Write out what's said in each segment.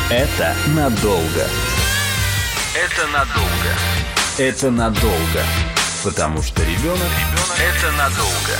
Это надолго. Это надолго. Это надолго. Потому что ребенок – это надолго.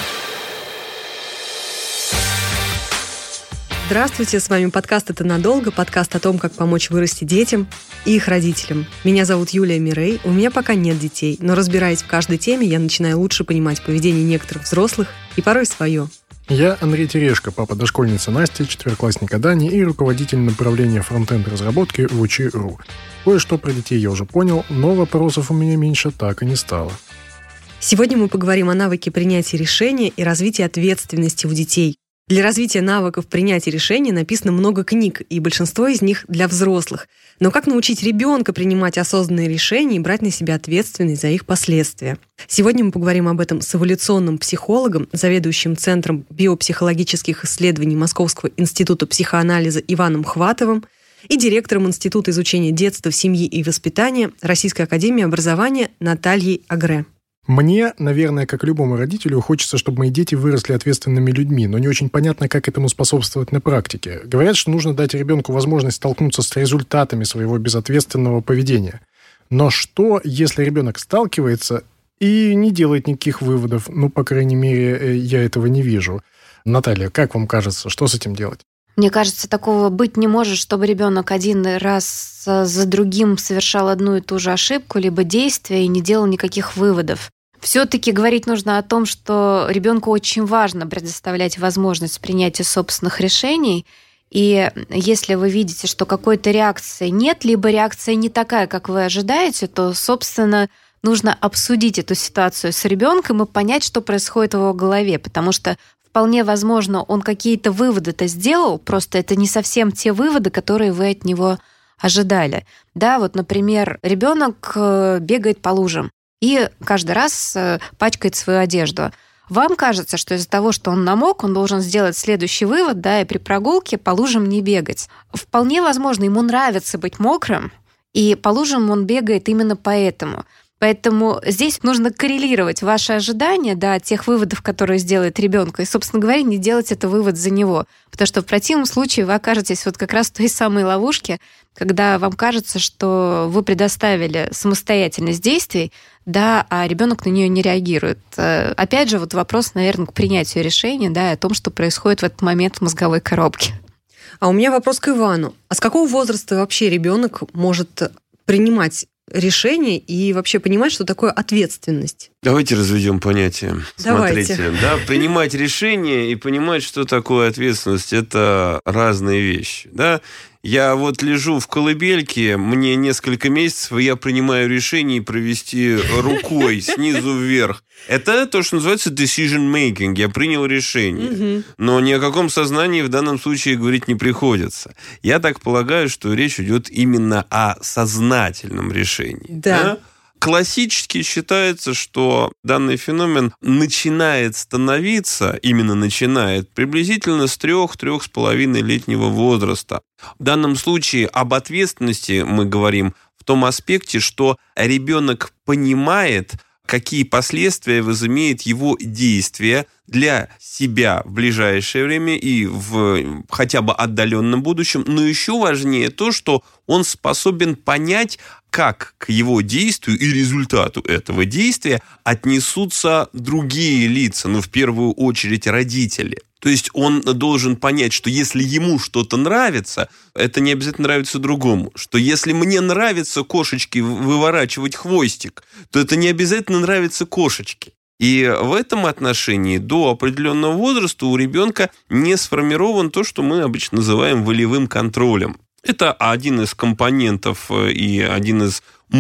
Здравствуйте, с вами подкаст «Это надолго», подкаст о том, как помочь вырасти детям и их родителям. Меня зовут Юлия Мирей, у меня пока нет детей, но разбираясь в каждой теме, я начинаю лучше понимать поведение некоторых взрослых и порой свое. Я Андрей Терешко, папа дошкольницы Насти, четвероклассника Дани и руководитель направления фронтенд разработки в Учи.ру. Кое-что про детей я уже понял, но вопросов у меня меньше так и не стало. Сегодня мы поговорим о навыке принятия решения и развитии ответственности у детей. Для развития навыков принятия решений написано много книг, и большинство из них для взрослых. Но как научить ребенка принимать осознанные решения и брать на себя ответственность за их последствия? Сегодня мы поговорим об этом с эволюционным психологом, заведующим Центром биопсихологических исследований Московского института психоанализа Иваном Хватовым и директором Института изучения детства, семьи и воспитания Российской академии образования Натальей Агре. Мне, наверное, как и любому родителю, хочется, чтобы мои дети выросли ответственными людьми, но не очень понятно, как этому способствовать на практике. Говорят, что нужно дать ребенку возможность столкнуться с результатами своего безответственного поведения. Но что, если ребенок сталкивается и не делает никаких выводов? Ну, по крайней мере, я этого не вижу. Наталья, как вам кажется, что с этим делать? Мне кажется, такого быть не может, чтобы ребенок один раз за другим совершал одну и ту же ошибку, либо действие и не делал никаких выводов. Все-таки говорить нужно о том, что ребенку очень важно предоставлять возможность принятия собственных решений. И если вы видите, что какой-то реакции нет, либо реакция не такая, как вы ожидаете, то, собственно, нужно обсудить эту ситуацию с ребенком и понять, что происходит в его голове, потому что вполне возможно, он какие-то выводы-то сделал, просто это не совсем те выводы, которые вы от него ожидали. Да, вот, например, ребенок бегает по лужам и каждый раз пачкает свою одежду. Вам кажется, что из-за того, что он намок, он должен сделать следующий вывод, да, и при прогулке по лужам не бегать. Вполне возможно, ему нравится быть мокрым, и по лужам он бегает именно поэтому. Поэтому здесь нужно коррелировать ваши ожидания, да, тех выводов, которые сделает ребенок, и, собственно говоря, не делать это вывод за него. Потому что в противном случае вы окажетесь вот как раз в той самой ловушке, когда вам кажется, что вы предоставили самостоятельность действий, да, а ребенок на нее не реагирует. Опять же, вот вопрос, наверное, к принятию решения, да, о том, что происходит в этот момент в мозговой коробке. А у меня вопрос к Ивану. А с какого возраста вообще ребенок может принимать решение и вообще понимать, что такое ответственность? Давайте разведем понятие. Давайте. Смотрите, да, принимать решение и понимать, что такое ответственность, это разные вещи, да. Я вот лежу в колыбельке, мне несколько месяцев, и я принимаю решение провести рукой снизу вверх. Это то, что называется decision making. Я принял решение. Но ни о каком сознании в данном случае говорить не приходится. Я так полагаю, что речь идет именно о сознательном решении. Да. Классически считается, что данный феномен начинает становиться, именно начинает, приблизительно с 3-3,5-летнего возраста. В данном случае об ответственности мы говорим в том аспекте, что ребенок понимает, какие последствия возымеет его действие для себя в ближайшее время и в хотя бы отдаленном будущем. Но еще важнее то, что он способен понять, как к его действию и результату этого действия отнесутся другие лица, в первую очередь родители. То есть он должен понять, что если ему что-то нравится, это не обязательно нравится другому. Что если мне нравится кошечке выворачивать хвостик, то это не обязательно нравится кошечке. И в этом отношении до определенного возраста у ребенка не сформирован то, что мы обычно называем волевым контролем. Это один из компонентов и один из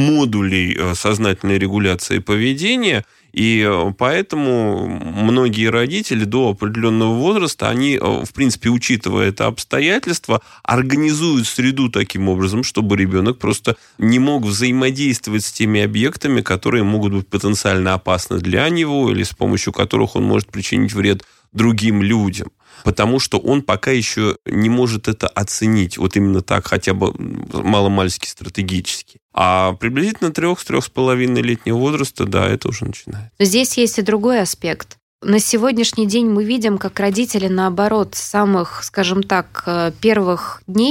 модулей сознательной регуляции поведения, и поэтому многие родители до определенного возраста, они, в принципе, учитывая это обстоятельство, организуют среду таким образом, чтобы ребенок просто не мог взаимодействовать с теми объектами, которые могут быть потенциально опасны для него или с помощью которых он может причинить вред другим людям. Потому что он пока еще не может это оценить. Вот именно так, хотя бы маломальски стратегически. А приблизительно 3-3,5-летнего возраста, да, это уже начинается. Здесь есть и другой аспект. На сегодняшний день мы видим, как родители, наоборот, с самых, скажем так, первых дней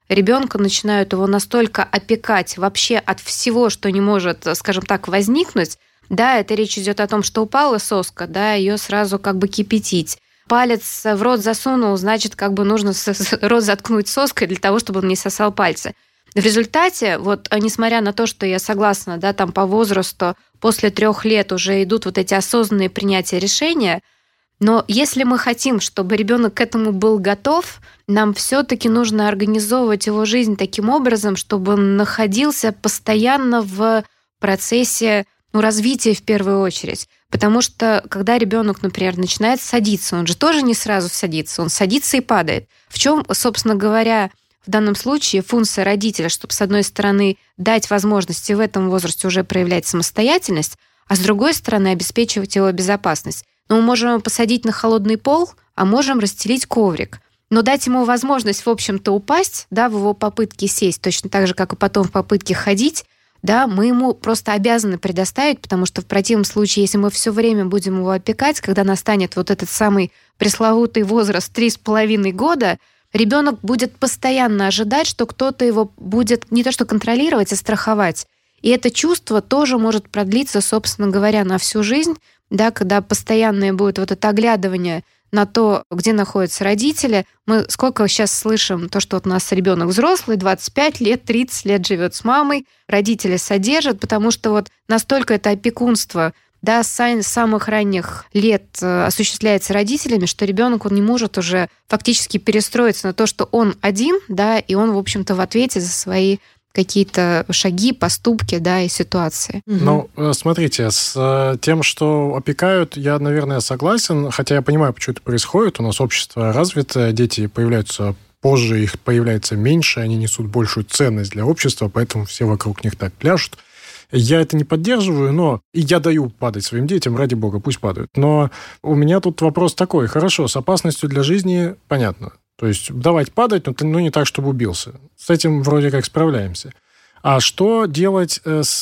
ребенка начинают его настолько опекать вообще от всего, что не может, скажем так, возникнуть. Да, это речь идет о том, что упала соска, да, ее сразу как бы кипятить. Палец в рот засунул, значит, как бы нужно рот заткнуть соской для того, чтобы он не сосал пальцы. В результате, вот, несмотря на то, что я согласна, да, там по возрасту после 3 лет уже идут вот эти осознанные принятия решения, но если мы хотим, чтобы ребенок к этому был готов, нам все-таки нужно организовывать его жизнь таким образом, чтобы он находился постоянно в процессе развития в первую очередь. Потому что когда ребенок, например, начинает садиться, он же тоже не сразу садится, он садится и падает. В чем, собственно говоря, в данном случае функция родителя, чтобы, с одной стороны, дать возможности в этом возрасте уже проявлять самостоятельность, а с другой стороны, обеспечивать его безопасность. Но мы можем его посадить на холодный пол, а можем расстелить коврик. Но дать ему возможность, в общем-то, упасть, да, в его попытке сесть, точно так же, как и потом в попытке ходить, да, мы ему просто обязаны предоставить, потому что в противном случае, если мы все время будем его опекать, когда настанет вот этот самый пресловутый возраст 3,5 года, ребенок будет постоянно ожидать, что кто-то его будет не то что контролировать, а страховать. И это чувство тоже может продлиться, собственно говоря, на всю жизнь, да, когда постоянное будет вот это оглядывание на то, где находятся родители. Мы сколько сейчас слышим, то, что вот у нас ребенок взрослый, 25 лет, 30 лет живет с мамой, родители содержат, потому что вот настолько это опекунство, да, с самых ранних лет осуществляется родителями, что ребенок он не может уже фактически перестроиться на то, что он один, да, и он, в общем-то, в ответе за свои какие-то шаги, поступки, да, и ситуации. Ну, смотрите, с тем, что опекают, я, наверное, согласен, хотя я понимаю, почему это происходит. У нас общество развитое, дети появляются позже, их появляется меньше, они несут большую ценность для общества, поэтому все вокруг них так пляшут. Я это не поддерживаю, но и я даю падать своим детям, ради бога, пусть падают. Но у меня тут вопрос такой. Хорошо, с опасностью для жизни понятно. То есть давать падать, но не так, чтобы убился. С этим вроде как справляемся. А что делать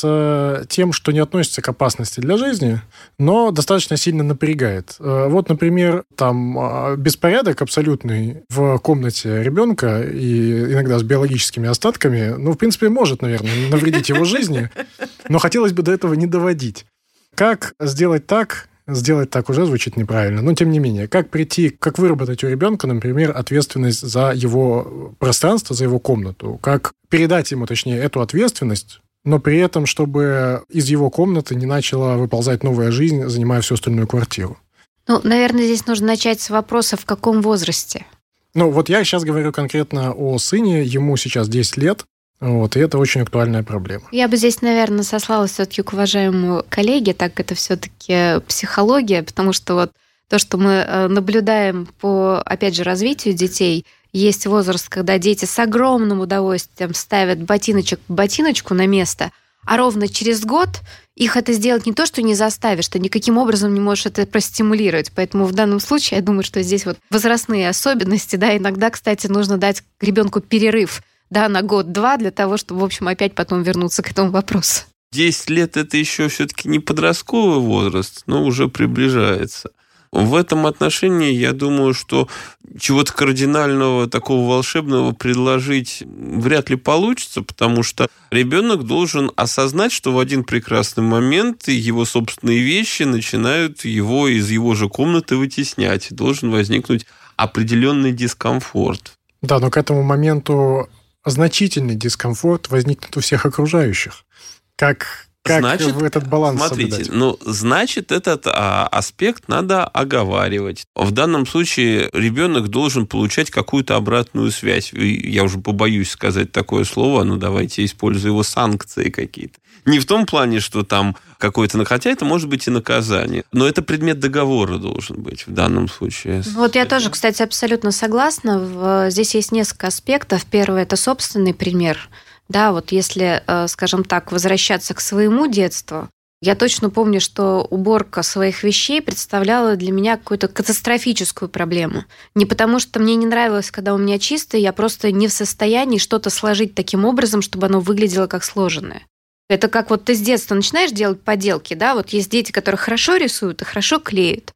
с тем, что не относится к опасности для жизни, но достаточно сильно напрягает? Вот, например, там беспорядок абсолютный в комнате ребенка и иногда с биологическими остатками, ну, в принципе, может, наверное, навредить его жизни, но хотелось бы до этого не доводить. Как сделать так? Сделать так уже звучит неправильно, но тем не менее. Как выработать у ребенка, например, ответственность за его пространство, за его комнату? Как передать ему, точнее, эту ответственность, но при этом, чтобы из его комнаты не начала выползать новая жизнь, занимая всю остальную квартиру? Ну, наверное, здесь нужно начать с вопроса, в каком возрасте? Ну, вот я сейчас говорю конкретно о сыне, ему сейчас 10 лет. Вот, и это очень актуальная проблема. Я бы здесь, наверное, сослалась все-таки к уважаемому коллеге, так это все-таки психология, потому что вот то, что мы наблюдаем по, опять же, развитию детей, есть возраст, когда дети с огромным удовольствием ставят ботиночек по ботиночку на место, а ровно через год их это сделать не то, что не заставишь, ты никаким образом не можешь это простимулировать. Поэтому в данном случае я думаю, что здесь вот возрастные особенности, да, иногда, кстати, нужно дать ребенку перерыв, да, на год-два, для того, чтобы, в общем, опять потом вернуться к этому вопросу. 10 лет – это еще все-таки не подростковый возраст, но уже приближается. В этом отношении, я думаю, что чего-то кардинального, такого волшебного предложить вряд ли получится, потому что ребенок должен осознать, что в один прекрасный момент его собственные вещи начинают его из его же комнаты вытеснять. Должен возникнуть определенный дискомфорт. Да, но к этому моменту значительный дискомфорт возникнет у всех окружающих. Как значит, этот баланс смотрите, соблюдать? Значит, этот аспект надо оговаривать. В данном случае ребенок должен получать какую-то обратную связь. Я уже побоюсь сказать такое слово, но давайте используем его санкции какие-то. Не в том плане, что там какое-то... Хотя это может быть и наказание. Но это предмет договора должен быть в данном случае. Вот я тоже, кстати, абсолютно согласна. Здесь есть несколько аспектов. Первый – это собственный пример. Да, вот если, скажем так, возвращаться к своему детству, я точно помню, что уборка своих вещей представляла для меня какую-то катастрофическую проблему. Не потому, что мне не нравилось, когда у меня чисто, я просто не в состоянии что-то сложить таким образом, чтобы оно выглядело как сложенное. Это как вот ты с детства начинаешь делать поделки, да, вот есть дети, которые хорошо рисуют и хорошо клеют.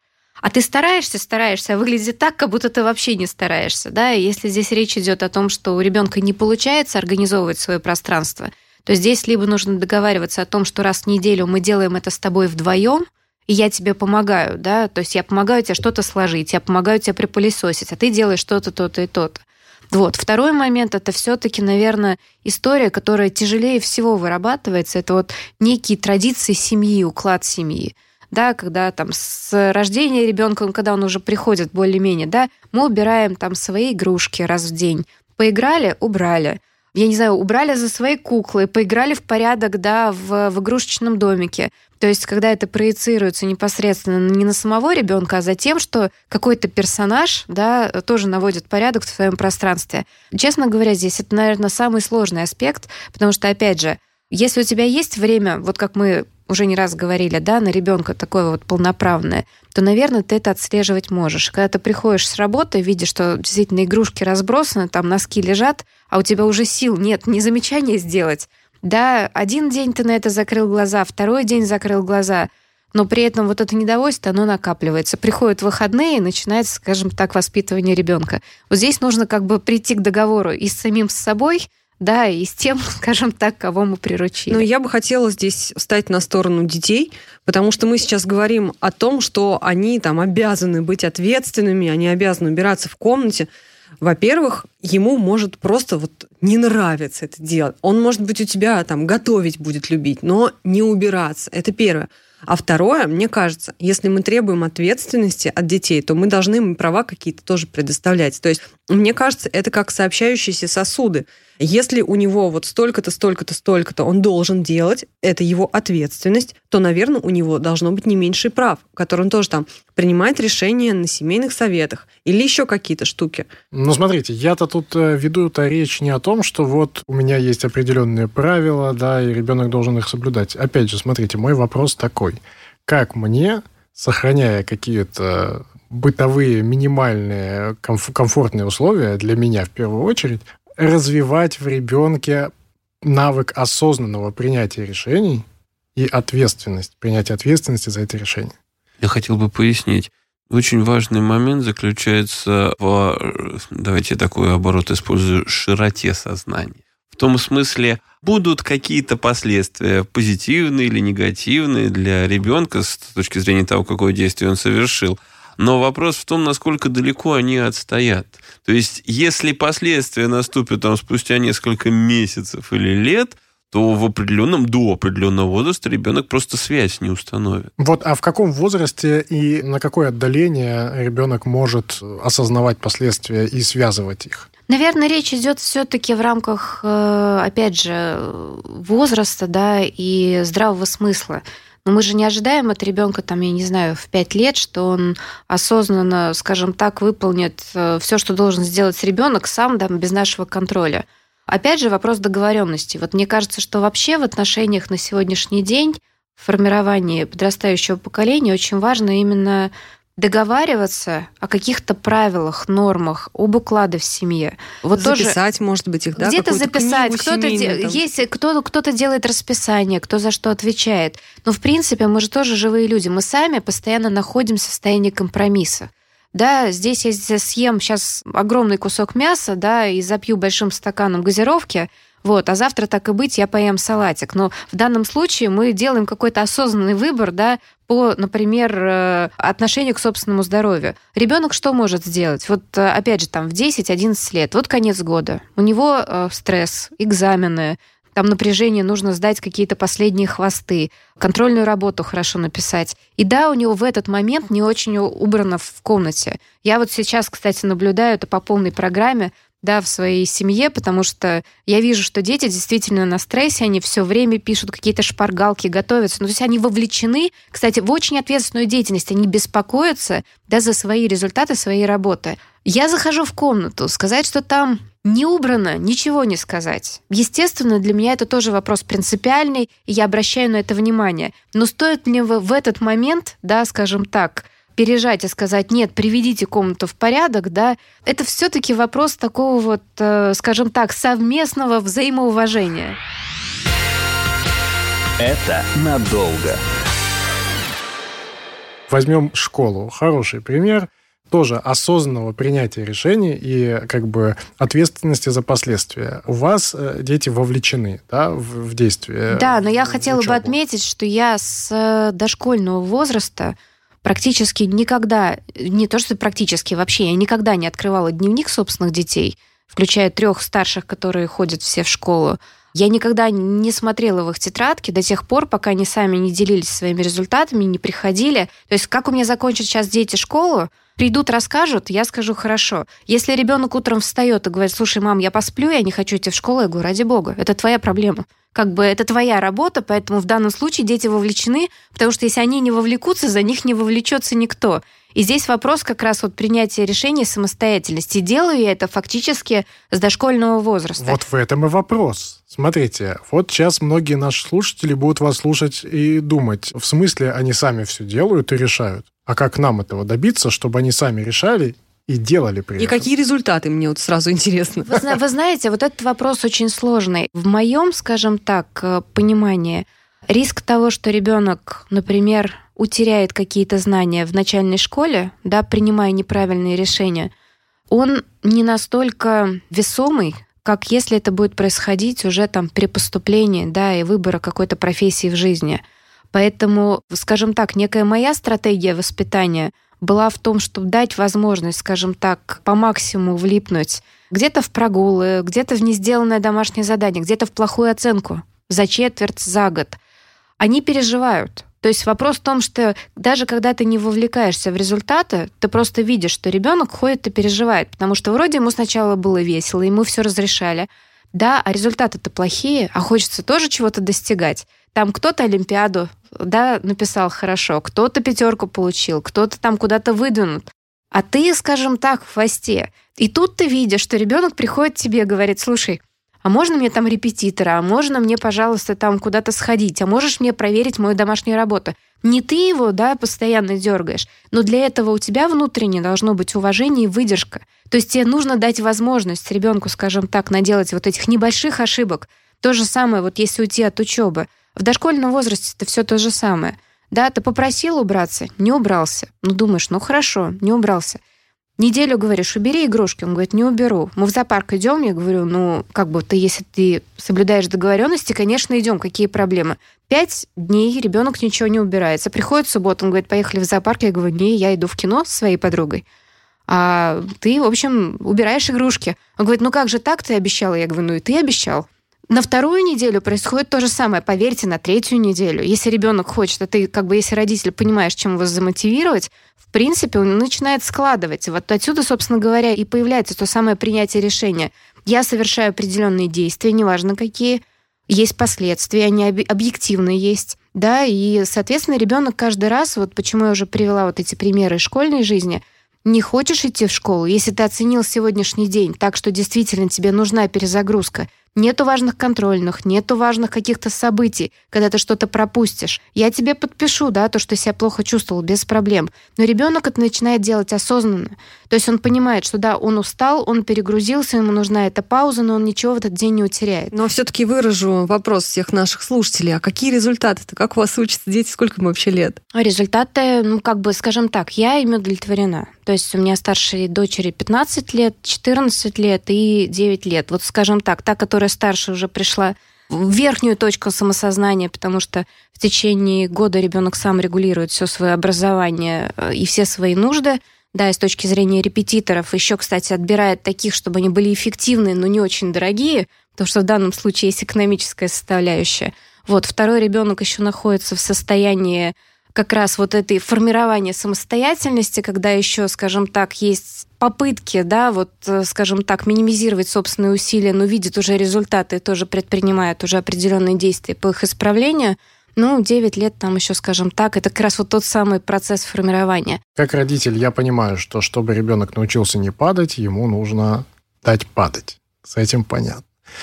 А ты стараешься, а выглядит так, как будто ты вообще не стараешься. Да? И если здесь речь идет о том, что у ребенка не получается организовывать свое пространство, то здесь либо нужно договариваться о том, что раз в неделю мы делаем это с тобой вдвоем, и я тебе помогаю, да, то есть я помогаю тебе что-то сложить, я помогаю тебе припылесосить, а ты делаешь что-то, то-то и то-то. Вот. Второй момент – это все-таки, наверное, история, которая тяжелее всего вырабатывается. Это вот некие традиции семьи, уклад семьи. Да, когда там с рождения ребенка, когда он уже приходит более-менее, да, мы убираем там свои игрушки раз в день. Поиграли – убрали. Я не знаю, убрали за свои куклы, поиграли в порядок, да, в игрушечном домике. То есть, когда это проецируется непосредственно не на самого ребенка, а за тем, что какой-то персонаж, да, тоже наводит порядок в своем пространстве. Честно говоря, здесь это, наверное, самый сложный аспект, потому что, опять же, если у тебя есть время, вот как мы уже не раз говорили, да, на ребенка такое вот полноправное, то, наверное, ты это отслеживать можешь. Когда ты приходишь с работы, видишь, что действительно игрушки разбросаны, там носки лежат, а у тебя уже сил нет ни замечания сделать. Да, один день ты на это закрыл глаза, второй день закрыл глаза, но при этом вот это недовольство, оно накапливается. Приходят выходные, и начинается, скажем так, воспитывание ребенка. Вот здесь нужно как бы прийти к договору и с самим собой, да, и с тем, скажем так, кого мы приручили. Но я бы хотела здесь встать на сторону детей, потому что мы сейчас говорим о том, что они там обязаны быть ответственными, они обязаны убираться в комнате. Во-первых, ему может просто вот не нравиться это делать. Он, может быть, у тебя там готовить будет любить, но не убираться. Это первое. А второе, мне кажется, если мы требуем ответственности от детей, то мы должны им права какие-то тоже предоставлять. То есть, мне кажется, это как сообщающиеся сосуды. Если у него вот столько-то, столько-то, столько-то он должен делать, это его ответственность, то, наверное, у него должно быть не меньше прав, которые он тоже там принимает решения на семейных советах или еще какие-то штуки. Ну, смотрите, я-то тут веду-то речь не о том, что вот у меня есть определенные правила, да, и ребенок должен их соблюдать. Опять же, смотрите, мой вопрос такой. Как мне, сохраняя какие-то бытовые, минимальные, комфортные условия для меня в первую очередь, развивать в ребенке навык осознанного принятия решений и ответственность, принятия ответственности за это решение? Я хотел бы пояснить. Очень важный момент заключается в, давайте такой оборот использую, широте сознания. В том смысле, будут какие-то последствия позитивные или негативные для ребенка с точки зрения того, какое действие он совершил. Но вопрос в том, насколько далеко они отстоят. То есть, если последствия наступят там, спустя несколько месяцев или лет, то до определенного возраста ребенок просто связь не установит. Вот, а в каком возрасте и на какое отдаление ребенок может осознавать последствия и связывать их? Наверное, речь идет все-таки в рамках, опять же, возраста, да, и здравого смысла. Но мы же не ожидаем от ребенка, там, я не знаю, в 5 лет, что он осознанно, скажем так, выполнит все, что должен сделать ребенок сам, да, без нашего контроля. Опять же, вопрос договоренности. Вот мне кажется, что вообще в отношениях на сегодняшний день, в формировании подрастающего поколения очень важно именно договариваться о каких-то правилах, нормах, об укладе в семье. Вот записать, тоже, может быть, их, да? Где-то записать. Кто-то делает расписание, кто за что отвечает. Но, в принципе, мы же тоже живые люди. Мы сами постоянно находимся в состоянии компромисса. Да, здесь я съем сейчас огромный кусок мяса, да, и запью большим стаканом газировки, вот, а завтра, так и быть, я поем салатик. Но в данном случае мы делаем какой-то осознанный выбор, да, по, например, отношению к собственному здоровью. Ребенок что может сделать? Вот, опять же, там, в 10-11 лет, вот конец года, у него стресс, экзамены, там напряжение, нужно сдать какие-то последние хвосты, контрольную работу хорошо написать. И да, у него в этот момент не очень убрано в комнате. Я вот сейчас, кстати, наблюдаю это по полной программе, да, в своей семье, потому что я вижу, что дети действительно на стрессе, они все время пишут какие-то шпаргалки, готовятся. Ну, то есть они вовлечены, кстати, в очень ответственную деятельность, они беспокоятся, да, за свои результаты своей работы. Я захожу в комнату, сказать, что там не убрано, ничего не сказать. Естественно, для меня это тоже вопрос принципиальный, и я обращаю на это внимание. Но стоит ли в этот момент, да, скажем так, пережать и сказать: нет, приведите комнату в порядок, да, это все-таки вопрос такого вот, скажем так, совместного взаимоуважения. Это надолго. Возьмем школу. Хороший пример тоже осознанного принятия решений и ответственности за последствия. У вас дети вовлечены, да, в действие. Да, но я хотела бы отметить, что я с дошкольного возраста практически никогда, не то что практически, вообще, я никогда не открывала дневник собственных детей, включая 3 старших, которые ходят все в школу. Я никогда не смотрела в их тетрадки до тех пор, пока они сами не делились своими результатами, не приходили. То есть как у меня закончат сейчас дети школу, придут, расскажут, я скажу хорошо. Если ребенок утром встает и говорит: слушай, мам, я посплю, я не хочу идти в школу, я говорю: ради бога, это твоя проблема. Это твоя работа, поэтому в данном случае дети вовлечены, потому что если они не вовлекутся, за них не вовлечется никто. И здесь вопрос как раз принятия решений самостоятельности. Делаю я это фактически с дошкольного возраста. Вот в этом и вопрос. Смотрите, вот сейчас многие наши слушатели будут вас слушать и думать, в смысле они сами все делают и решают. А как нам этого добиться, чтобы они сами решали и делали при этом? И какие результаты, мне сразу интересно. Вы знаете, этот вопрос очень сложный. В моем, скажем так, понимании, риск того, что ребенок, например, утеряет какие-то знания в начальной школе, да, принимая неправильные решения, он не настолько весомый, как если это будет происходить уже при поступлении, да, и выбора какой-то профессии в жизни. Поэтому, скажем так, некая моя стратегия воспитания была в том, чтобы дать возможность, скажем так, по максимуму влипнуть где-то в прогулы, где-то в несделанное домашнее задание, где-то в плохую оценку за четверть, за год. Они переживают. То есть вопрос в том, что даже когда ты не вовлекаешься в результаты, ты просто видишь, что ребенок ходит и переживает, потому что вроде ему сначала было весело, ему все разрешали, да, а результаты-то плохие, а хочется тоже чего-то достигать. Там кто-то олимпиаду, да, написал хорошо, кто-то 5 получил, кто-то там куда-то выдвинут, а ты, скажем так, в хвосте. И тут ты видишь, что ребенок приходит к тебе и говорит: слушай, а можно мне там репетитора, а можно мне, пожалуйста, там куда-то сходить, а можешь мне проверить мою домашнюю работу? Не ты его, да, постоянно дергаешь, но для этого у тебя внутренне должно быть уважение и выдержка. То есть тебе нужно дать возможность ребенку, скажем так, наделать этих небольших ошибок. То же самое, если уйти от учебы. В дошкольном возрасте это все то же самое. Да, ты попросил убраться, не убрался. Думаешь, хорошо, не убрался. Неделю говоришь: убери игрушки. Он говорит: не уберу. Мы в зоопарк идем. Я говорю: если ты соблюдаешь договоренности, конечно, идем. Какие проблемы? 5 дней ребенок ничего не убирается. Приходит суббота, он говорит: поехали в зоопарк. Я говорю: не, я иду в кино со своей подругой. А ты, в общем, убираешь игрушки. Он говорит: как же так, ты обещала? Я говорю: и ты обещал. На 2-ю неделю происходит то же самое. Поверьте, на 3-ю неделю. Если ребенок хочет, а ты, если родитель понимаешь, чем его замотивировать, в принципе, он начинает складывать. Отсюда, собственно говоря, и появляется то самое принятие решения. Я совершаю определенные действия, неважно какие, есть последствия, они объективно есть, да, и, соответственно, ребенок каждый раз, почему я уже привела эти примеры из школьной жизни, не хочешь идти в школу, если ты оценил сегодняшний день так, что действительно тебе нужна перезагрузка, нету важных контрольных, нету важных каких-то событий, когда ты что-то пропустишь. Я тебе подпишу, да, то, что себя плохо чувствовал, без проблем. Но ребенок это начинает делать осознанно. То есть он понимает, что да, он устал, он перегрузился, ему нужна эта пауза, но он ничего в этот день не утеряет. Но все-таки выражу вопрос всех наших слушателей. А какие результаты-то? Как у вас учатся дети? Сколько им вообще лет? Результаты, скажем так, я ими удовлетворена. То есть у меня старшей дочери 15 лет, 14 лет и 9 лет. Скажем так, та, которая старше, уже пришла в верхнюю точку самосознания, потому что в течение года ребенок сам регулирует все свое образование и все свои нужды. Да, и с точки зрения репетиторов еще, кстати, отбирает таких, чтобы они были эффективные, но не очень дорогие, потому что в данном случае есть экономическая составляющая. 2-й ребенок еще находится в состоянии как раз этой формирования самостоятельности, когда еще, скажем так, есть попытки, да, скажем так, минимизировать собственные усилия, но видит уже результаты и тоже предпринимает уже определенные действия по их исправлению. 9 лет там еще, скажем так, это как раз тот самый процесс формирования. Как родитель, я понимаю, что чтобы ребенок научился не падать, ему нужно дать падать. С этим понятно.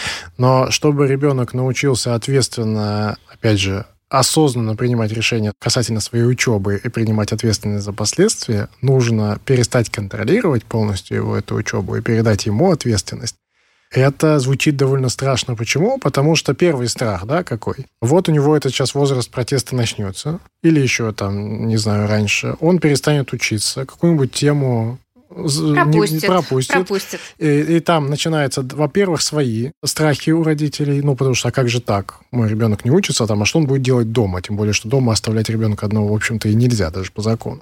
Но чтобы ребенок научился ответственно, опять же, осознанно принимать решения касательно своей учебы и принимать ответственность за последствия, нужно перестать контролировать полностью его эту учебу и передать ему ответственность. Это звучит довольно страшно. Почему? Потому что первый страх, да, какой? Вот у него этот сейчас возраст протеста начнется, или еще там, не знаю, раньше. Он перестанет учиться, какую-нибудь тему пропустит. И там начинаются, во-первых, свои страхи у родителей, потому что, а как же так? Мой ребенок не учится, а что он будет делать дома? Тем более, что дома оставлять ребенка одного, в общем-то, и нельзя, даже по закону.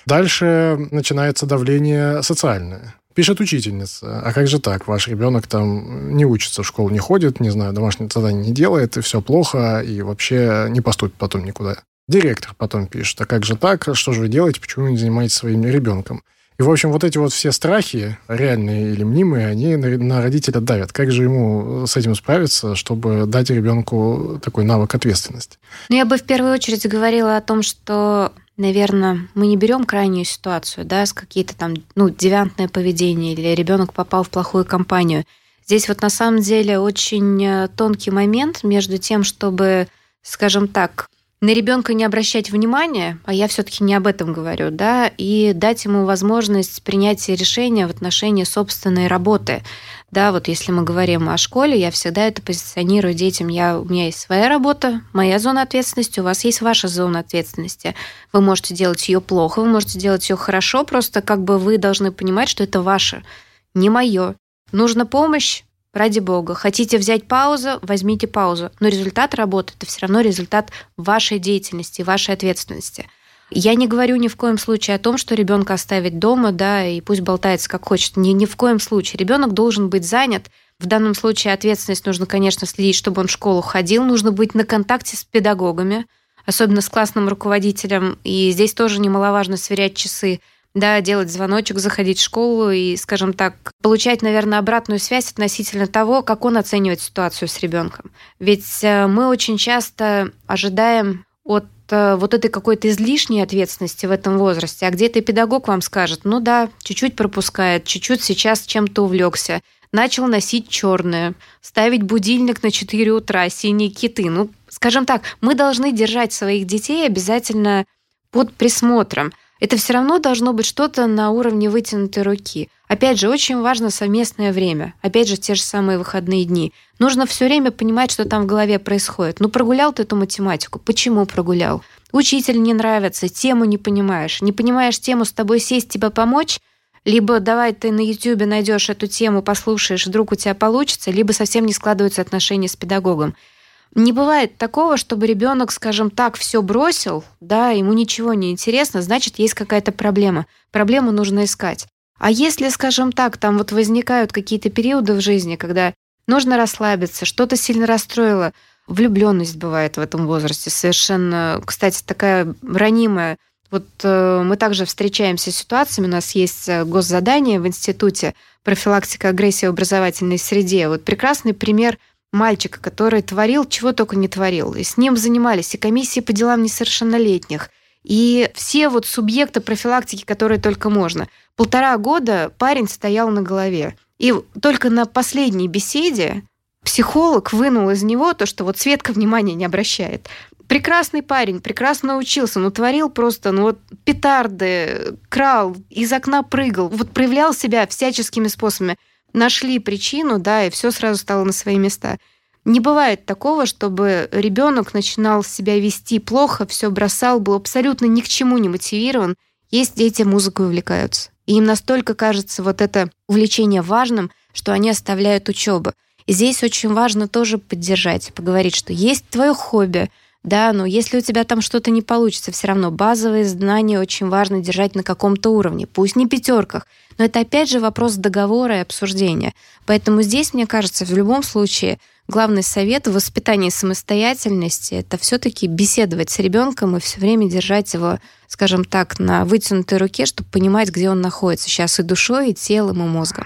Дальше начинается давление социальное. Пишет учительница, а как же так? Ваш ребенок там не учится, в школу не ходит, не знаю, домашнее задание не делает, и все плохо, и вообще не поступит потом никуда. Директор потом пишет, а как же так? Что же вы делаете? Почему вы не занимаетесь своим ребенком? И, в общем, вот эти вот все страхи, реальные или мнимые, они на родителя давят. Как же ему с этим справиться, чтобы дать ребенку такой навык ответственности? Я бы в первую очередь говорила о том, что, наверное, мы не берем крайнюю ситуацию, да, с какие-то там, девиантное поведение, или ребенок попал в плохую компанию. Здесь вот на самом деле очень тонкий момент между тем, чтобы, скажем так, на ребенка не обращать внимания, а я все-таки не об этом говорю, да, и дать ему возможность принятия решения в отношении собственной работы. Да, вот если мы говорим о школе, я всегда это позиционирую детям. У меня есть своя работа, моя зона ответственности, у вас есть ваша зона ответственности. Вы можете делать ее плохо, вы можете делать ее хорошо, просто вы должны понимать, что это ваше, не мое. Нужна помощь? Ради бога. Хотите взять паузу, возьмите паузу. Но результат работы – это все равно результат вашей деятельности, вашей ответственности. Я не говорю ни в коем случае о том, что ребенка оставить дома, да, и пусть болтается как хочет. Ни в коем случае. Ребенок должен быть занят. В данном случае ответственность нужно, конечно, следить, чтобы он в школу ходил. Нужно быть на контакте с педагогами, особенно с классным руководителем. И здесь тоже немаловажно сверять часы. Да, делать звоночек, заходить в школу и, скажем так, получать, наверное, обратную связь относительно того, как он оценивает ситуацию с ребенком. Ведь мы очень часто ожидаем от вот этой какой-то излишней ответственности в этом возрасте, а где-то и педагог вам скажет, чуть-чуть пропускает, чуть-чуть сейчас чем-то увлекся, начал носить черное, ставить будильник на 4 утра, синие киты. Скажем так, мы должны держать своих детей обязательно под присмотром. Это все равно должно быть что-то на уровне вытянутой руки. Опять же, очень важно совместное время. Опять же, те же самые выходные дни. Нужно все время понимать, что там в голове происходит. Прогулял ты эту математику. Почему прогулял? Учитель не нравится, тему не понимаешь. Не понимаешь тему, с тобой сесть, тебе помочь? Либо давай ты на YouTube найдешь эту тему, послушаешь, вдруг у тебя получится, либо совсем не складываются отношения с педагогом. Не бывает такого, чтобы ребенок, скажем так, все бросил, да, ему ничего не интересно, значит, есть какая-то проблема. Проблему нужно искать. А если, скажем так, там возникают какие-то периоды в жизни, когда нужно расслабиться, что-то сильно расстроило, влюбленность бывает в этом возрасте совершенно, кстати, такая ранимая. Мы также встречаемся с ситуациями, у нас есть госзадание в институте профилактика агрессии в образовательной среде. Прекрасный пример мальчика, который творил, чего только не творил. И с ним занимались и комиссии по делам несовершеннолетних, и все субъекты профилактики, которые только можно. 1,5 года парень стоял на голове. И только на последней беседе психолог вынул из него то, что Светка внимания не обращает. Прекрасный парень, прекрасно учился, творил просто, петарды, крал, из окна прыгал, проявлял себя всяческими способами. Нашли причину, да, и все сразу стало на свои места. Не бывает такого, чтобы ребенок начинал себя вести плохо, все бросал, был абсолютно ни к чему не мотивирован. Есть дети, музыкой увлекаются. И им настолько кажется это увлечение важным, что они оставляют учебу. И здесь очень важно тоже поддержать, поговорить, что есть твое хобби, да, но если у тебя там что-то не получится, все равно базовые знания очень важно держать на каком-то уровне, пусть не 5, но это опять же вопрос договора и обсуждения. Поэтому здесь, мне кажется, в любом случае главный совет в воспитании самостоятельности — это все-таки беседовать с ребенком и все время держать его, скажем так, на вытянутой руке, чтобы понимать, где он находится сейчас и душой, и телом, и мозгом.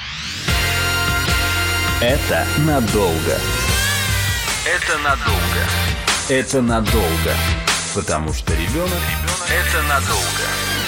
Это надолго. Это надолго. Это надолго. Потому что ребенок – это надолго.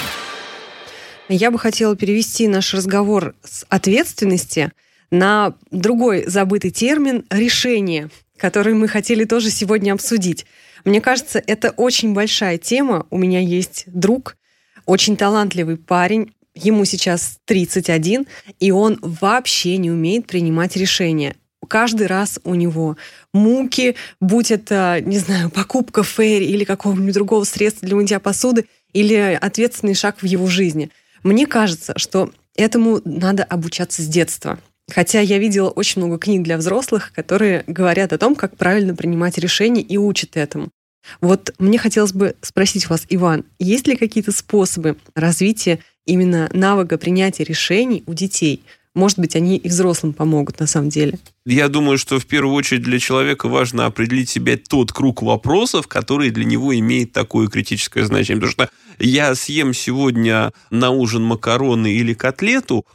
Я бы хотела перевести наш разговор с ответственности на другой забытый термин – решение, который мы хотели тоже сегодня обсудить. Мне кажется, это очень большая тема. У меня есть друг, очень талантливый парень, ему сейчас 31, и он вообще не умеет принимать решения. Каждый раз у него муки, будь это, не знаю, покупка фейри или какого-нибудь другого средства для мытья посуды, или ответственный шаг в его жизни. Мне кажется, что этому надо обучаться с детства. Хотя я видела очень много книг для взрослых, которые говорят о том, как правильно принимать решения и учат этому. Вот мне хотелось бы спросить вас, Иван, есть ли какие-то способы развития именно навыка принятия решений у детей? Может быть, они и взрослым помогут на самом деле. Я думаю, что в первую очередь для человека важно определить себе тот круг вопросов, который для него имеет такое критическое значение. Потому что я съем сегодня на ужин макароны или котлету,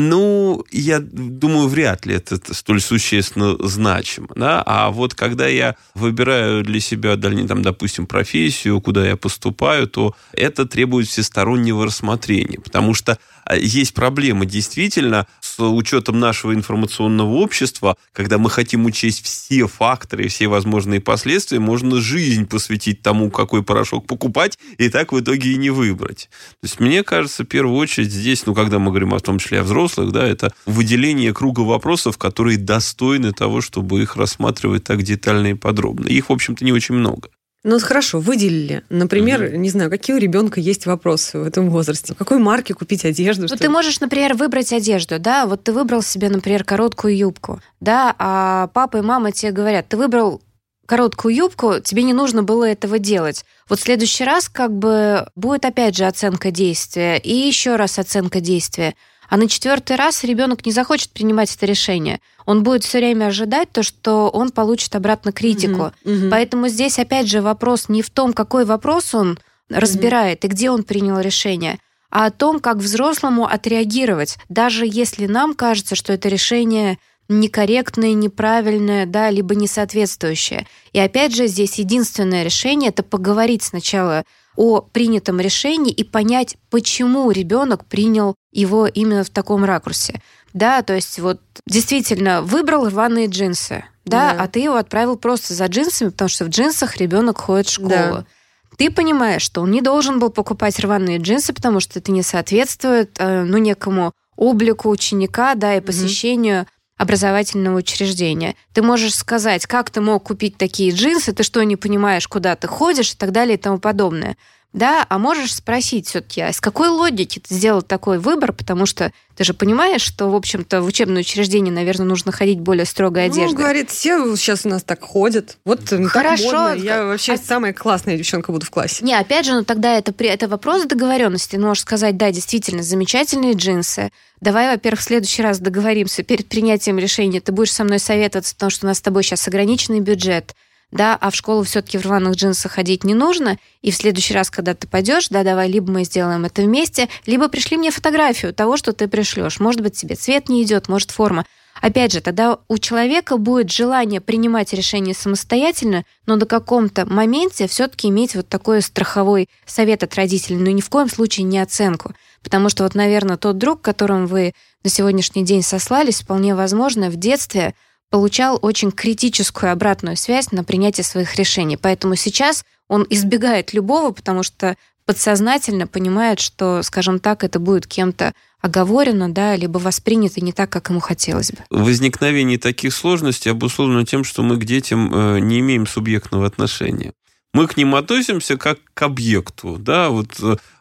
я думаю, вряд ли это столь существенно значимо. Да? А вот когда я выбираю для себя, допустим, профессию, куда я поступаю, то это требует всестороннего рассмотрения. Потому что есть проблема действительно с учетом нашего информационного общества, когда мы хотим учесть все факторы, все возможные последствия, можно жизнь посвятить тому, какой порошок покупать, и так в итоге и не выбрать. То есть, мне кажется, в первую очередь здесь, когда мы говорим в том числе о взрослых, да, это выделение круга вопросов, которые достойны того, чтобы их рассматривать так детально и подробно. Их, в общем-то, не очень много. Хорошо, выделили. Например, не знаю, какие у ребенка есть вопросы в этом возрасте. Какой марки купить одежду? Ты можешь, например, выбрать одежду, да, вот ты выбрал себе, например, короткую юбку, да, а папа и мама тебе говорят, ты выбрал короткую юбку, тебе не нужно было этого делать. Вот в следующий раз будет опять же оценка действия и еще раз оценка действия. А на 4-й раз ребенок не захочет принимать это решение. Он будет все время ожидать то, что он получит обратно критику. Поэтому здесь, опять же, вопрос не в том, какой вопрос он разбирает и где он принял решение, а о том, как взрослому отреагировать, даже если нам кажется, что это решение некорректное, неправильное, да, либо несоответствующее. И опять же, здесь единственное решение – это поговорить сначала о принятом решении и понять, почему ребенок принял его именно в таком ракурсе. Да, то есть вот действительно выбрал рваные джинсы, да, а ты его отправил просто за джинсами, потому что в джинсах ребенок ходит в школу. Да. Ты понимаешь, что он не должен был покупать рваные джинсы, потому что это не соответствует некому облику ученика, да, и посещению образовательного учреждения. Ты можешь сказать, как ты мог купить такие джинсы, ты что, не понимаешь, куда ты ходишь и так далее и тому подобное. Да, а можешь спросить все-таки, а с какой логики ты сделал такой выбор, потому что ты же понимаешь, что, в общем-то, в учебное учреждение, наверное, нужно ходить более строгой одеждой. Говорит, все сейчас у нас так ходят. Вот хорошо, так модно. Я вообще самая классная девчонка буду в классе. Не, опять же, тогда это вопрос договоренности. Ты можешь сказать, да, действительно, замечательные джинсы. Давай, во-первых, в следующий раз договоримся перед принятием решения. Ты будешь со мной советоваться, потому что у нас с тобой сейчас ограниченный бюджет. Да, а в школу все-таки в рваных джинсах ходить не нужно, и в следующий раз, когда ты пойдешь, да, давай, либо мы сделаем это вместе, либо пришли мне фотографию того, что ты пришлешь. Может быть, тебе цвет не идет, может, форма. Опять же, тогда у человека будет желание принимать решения самостоятельно, но на каком-то моменте все-таки иметь вот такой страховой совет от родителей, но ни в коем случае не оценку. Потому что вот, наверное, тот друг, к которому вы на сегодняшний день сослались, вполне возможно, в детстве получал очень критическую обратную связь на принятие своих решений. Поэтому сейчас он избегает любого, потому что подсознательно понимает, что, скажем так, это будет кем-то оговорено, да, либо воспринято не так, как ему хотелось бы. Возникновение таких сложностей обусловлено тем, что мы к детям не имеем субъектного отношения. Мы к ним относимся как к объекту, да, вот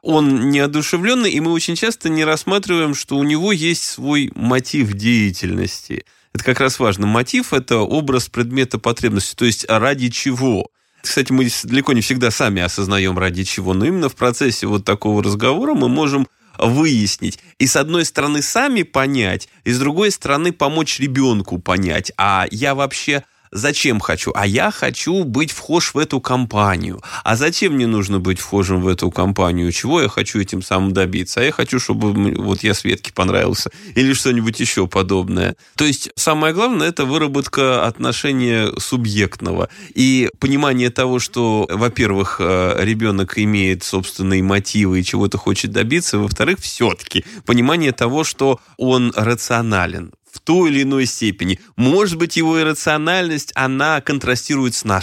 он неодушевленный, и мы очень часто не рассматриваем, что у него есть свой мотив деятельности. Это как раз важно. Мотив – это образ предмета потребности, то есть ради чего. Кстати, мы далеко не всегда сами осознаем, ради чего, но именно в процессе вот такого разговора мы можем выяснить. И с одной стороны сами понять, и с другой стороны помочь ребенку понять, а я вообще зачем хочу? А я хочу быть вхож в эту компанию. А зачем мне нужно быть вхожим в эту компанию? Чего я хочу этим самым добиться? А я хочу, чтобы вот я Светке понравился. Или что-нибудь еще подобное. То есть самое главное – это выработка отношения субъектного. И понимание того, что, во-первых, ребенок имеет собственные мотивы и чего-то хочет добиться. Во-вторых, все-таки понимание того, что он рационален. В той или иной степени. Может быть, его иррациональность, она контрастирует с нашей.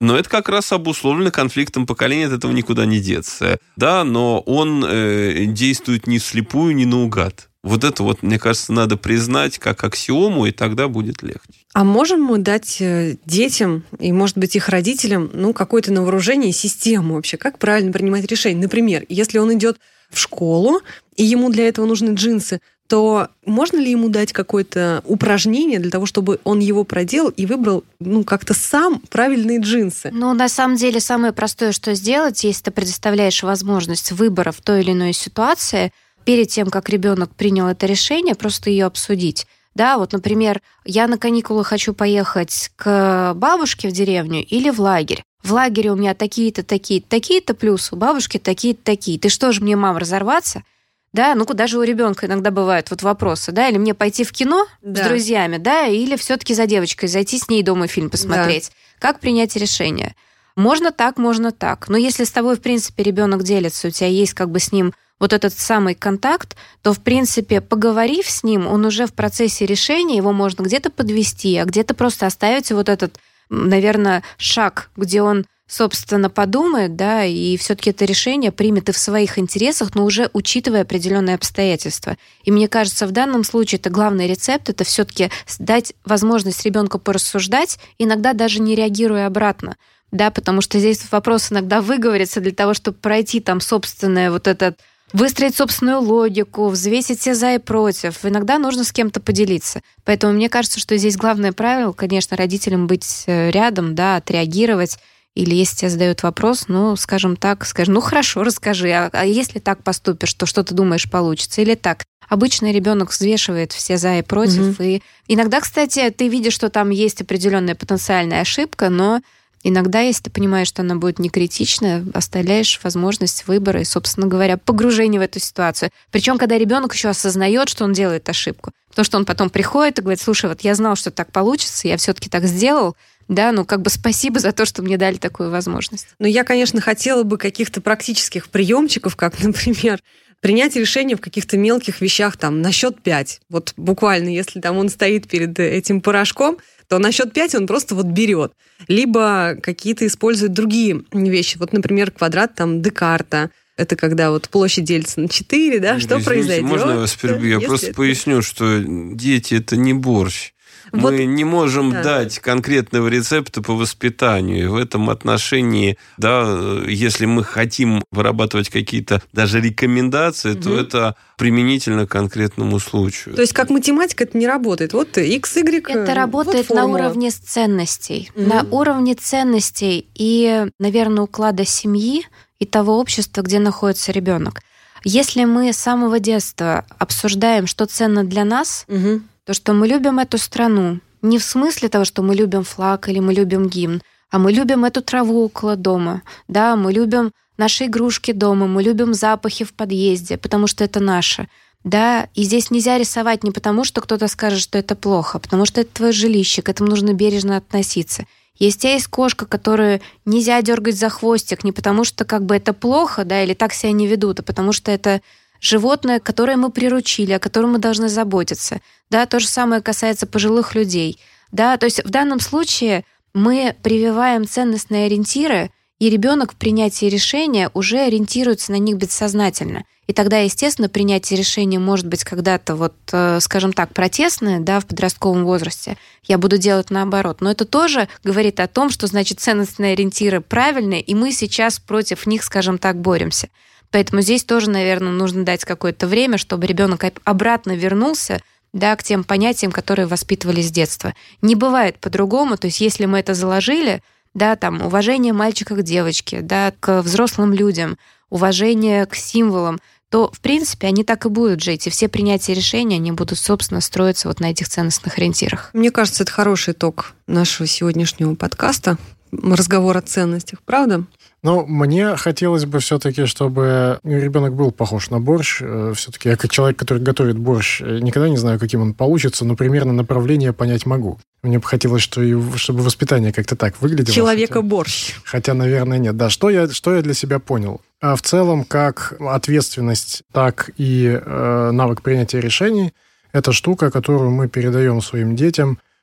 Но это как раз обусловлено конфликтом поколений, от этого никуда не деться. Да, но он действует не вслепую, не наугад. Вот это вот, мне кажется, надо признать как аксиому, и тогда будет легче. А можем мы дать детям и, может быть, их родителям, какое-то на вооружение систему вообще, как правильно принимать решения? Например, если он идет в школу, и ему для этого нужны джинсы, то можно ли ему дать какое-то упражнение для того, чтобы он его проделал и выбрал, как-то сам правильные джинсы? На самом деле, самое простое, что сделать, если ты предоставляешь возможность выбора в той или иной ситуации, перед тем, как ребенок принял это решение, просто ее обсудить. Да, вот, например, я на каникулы хочу поехать к бабушке в деревню или в лагерь. В лагере у меня такие-то, такие-то, такие-то плюсы, у бабушки такие-то, такие. Ты что же, мне, мам, разорваться? Да, даже у ребенка иногда бывают вопросы, да, или мне пойти в кино с друзьями, да, или все-таки за девочкой зайти с ней дома фильм посмотреть. Да. Как принять решение? Можно так, можно так. Но если с тобой, в принципе, ребенок делится, у тебя есть с ним вот этот самый контакт, то, в принципе, поговорив с ним, он уже в процессе решения, его можно где-то подвести, а где-то просто оставить вот этот, наверное, шаг, где он, собственно, подумает, да, и все-таки это решение примет и в своих интересах, но уже учитывая определенные обстоятельства. И мне кажется, в данном случае это главный рецепт, это все-таки дать возможность ребенку порассуждать, иногда даже не реагируя обратно. Да, потому что здесь вопрос иногда выговорится для того, чтобы пройти там собственное выстроить собственную логику, взвесить все за и против. Иногда нужно с кем-то поделиться. Поэтому мне кажется, что здесь главное правило, конечно, родителям быть рядом, да, отреагировать. Или если тебе задают вопрос, скажем так, хорошо, расскажи, а если так поступишь, то что ты думаешь получится? Или так? Обычно ребенок взвешивает все за и против. И иногда, кстати, ты видишь, что там есть определенная потенциальная ошибка, но иногда, если ты понимаешь, что она будет не критичная, оставляешь возможность выбора и, собственно говоря, погружения в эту ситуацию. Причем, когда ребенок еще осознает, что он делает ошибку. Потому что он потом приходит и говорит: слушай, я знал, что так получится, я все-таки так сделал. Да, спасибо за то, что мне дали такую возможность. Я, конечно, хотела бы каких-то практических приемчиков, как, например, принять решение в каких-то мелких вещах, на счет 5. Вот буквально, если он стоит перед этим порошком, то на счет 5 он просто берет. Либо какие-то использует другие вещи. Вот, например, квадрат Декарта. Это когда площадь делится на 4, да? Что произойдет? Можно я вас перебью? Я просто поясню, что дети – это не борщ. Мы не можем дать конкретного рецепта по воспитанию. И в этом отношении, да, если мы хотим вырабатывать какие-то даже рекомендации, то это применительно к конкретному случаю. То есть как математика это не работает. X, Y. Это работает на уровне ценностей. На уровне ценностей и, наверное, уклада семьи и того общества, где находится ребенок. Если мы с самого детства обсуждаем, что ценно для нас, то, что мы любим эту страну, не в смысле того, что мы любим флаг или мы любим гимн, а мы любим эту траву около дома, да, мы любим наши игрушки дома, мы любим запахи в подъезде, потому что это наше. Да, и здесь нельзя рисовать не потому, что кто-то скажет, что это плохо, а потому что это твое жилище, к этому нужно бережно относиться. Если у тебя есть кошка, которую нельзя дергать за хвостик, не потому что это плохо, да, или так себя не ведут, а потому что это животное, которое мы приручили, о котором мы должны заботиться. Да, то же самое касается пожилых людей. Да, то есть в данном случае мы прививаем ценностные ориентиры, и ребенок в принятии решения уже ориентируется на них бессознательно. И тогда, естественно, принятие решения может быть когда-то, скажем так, протестное, да, в подростковом возрасте. Я буду делать наоборот. Но это тоже говорит о том, что, значит, ценностные ориентиры правильные, и мы сейчас против них, скажем так, боремся. Поэтому здесь тоже, наверное, нужно дать какое-то время, чтобы ребенок обратно вернулся, да, к тем понятиям, которые воспитывали с детства. Не бывает по-другому. То есть если мы это заложили, да, уважение мальчика к девочке, да, к взрослым людям, уважение к символам, то, в принципе, они так и будут жить. И все принятия решений, они будут, собственно, строиться на этих ценностных ориентирах. Мне кажется, это хороший итог нашего сегодняшнего подкаста. Разговор о ценностях, правда? Но мне хотелось бы все-таки, чтобы ребенок был похож на борщ. Все-таки я как человек, который готовит борщ, никогда не знаю, каким он получится, но примерно направление понять могу. Мне бы хотелось, чтобы воспитание как-то так выглядело. Человека-борщ. Хотя, наверное, нет. Да, что я для себя понял? А в целом, как ответственность, так и навык принятия решений – это штука, которую мы передаем своим детям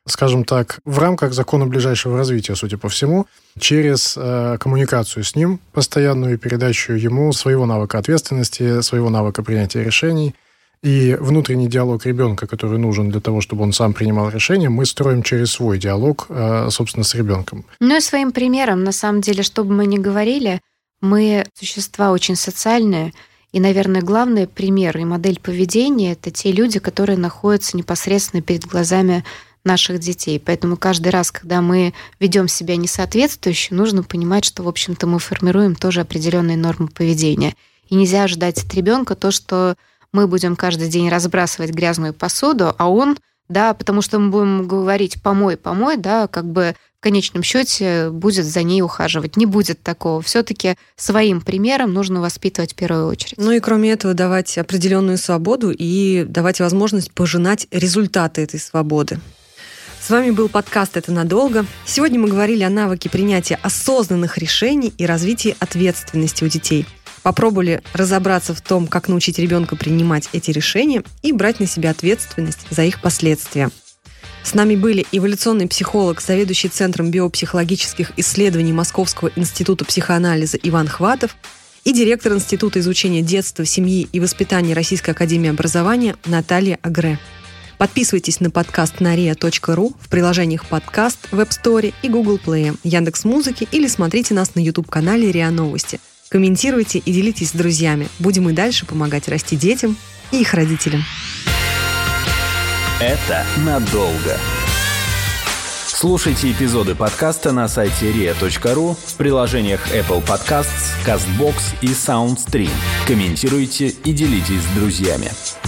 скажем так, в рамках закона ближайшего развития, судя по всему, через коммуникацию с ним, постоянную передачу ему своего навыка ответственности, своего навыка принятия решений. И внутренний диалог ребенка, который нужен для того, чтобы он сам принимал решения, мы строим через свой диалог, собственно, с ребенком. Ну и своим примером, на самом деле, что бы мы ни говорили, мы существа очень социальные, и, наверное, главный пример и модель поведения — это те люди, которые находятся непосредственно перед глазами наших детей. Поэтому каждый раз, когда мы ведем себя несоответствующе, нужно понимать, что, в общем-то, мы формируем тоже определенные нормы поведения. И нельзя ждать от ребенка то, что мы будем каждый день разбрасывать грязную посуду, а он, да, потому что мы будем говорить «помой», да, как бы в конечном счете будет за ней ухаживать. Не будет такого. Все-таки своим примером нужно воспитывать в первую очередь. Ну и кроме этого давать определенную свободу и давать возможность пожинать результаты этой свободы. С вами был подкаст «Это надолго». Сегодня мы говорили о навыке принятия осознанных решений и развитии ответственности у детей. Попробовали разобраться в том, как научить ребенка принимать эти решения и брать на себя ответственность за их последствия. С нами были эволюционный психолог, заведующий Центром биопсихологических исследований Московского института психоанализа Иван Хватов и директор Института изучения детства, семьи и воспитания Российской академии образования Наталья Агре. Подписывайтесь на подкаст на ria.ru в приложениях подкаст, в App Store и Google Play, Яндекс.Музыки или смотрите нас на YouTube-канале РИА Новости. Комментируйте и делитесь с друзьями. Будем и дальше помогать расти детям и их родителям. Это надолго. Слушайте эпизоды подкаста на сайте ria.ru, в приложениях Apple Podcasts, CastBox и SoundStream. Комментируйте и делитесь с друзьями.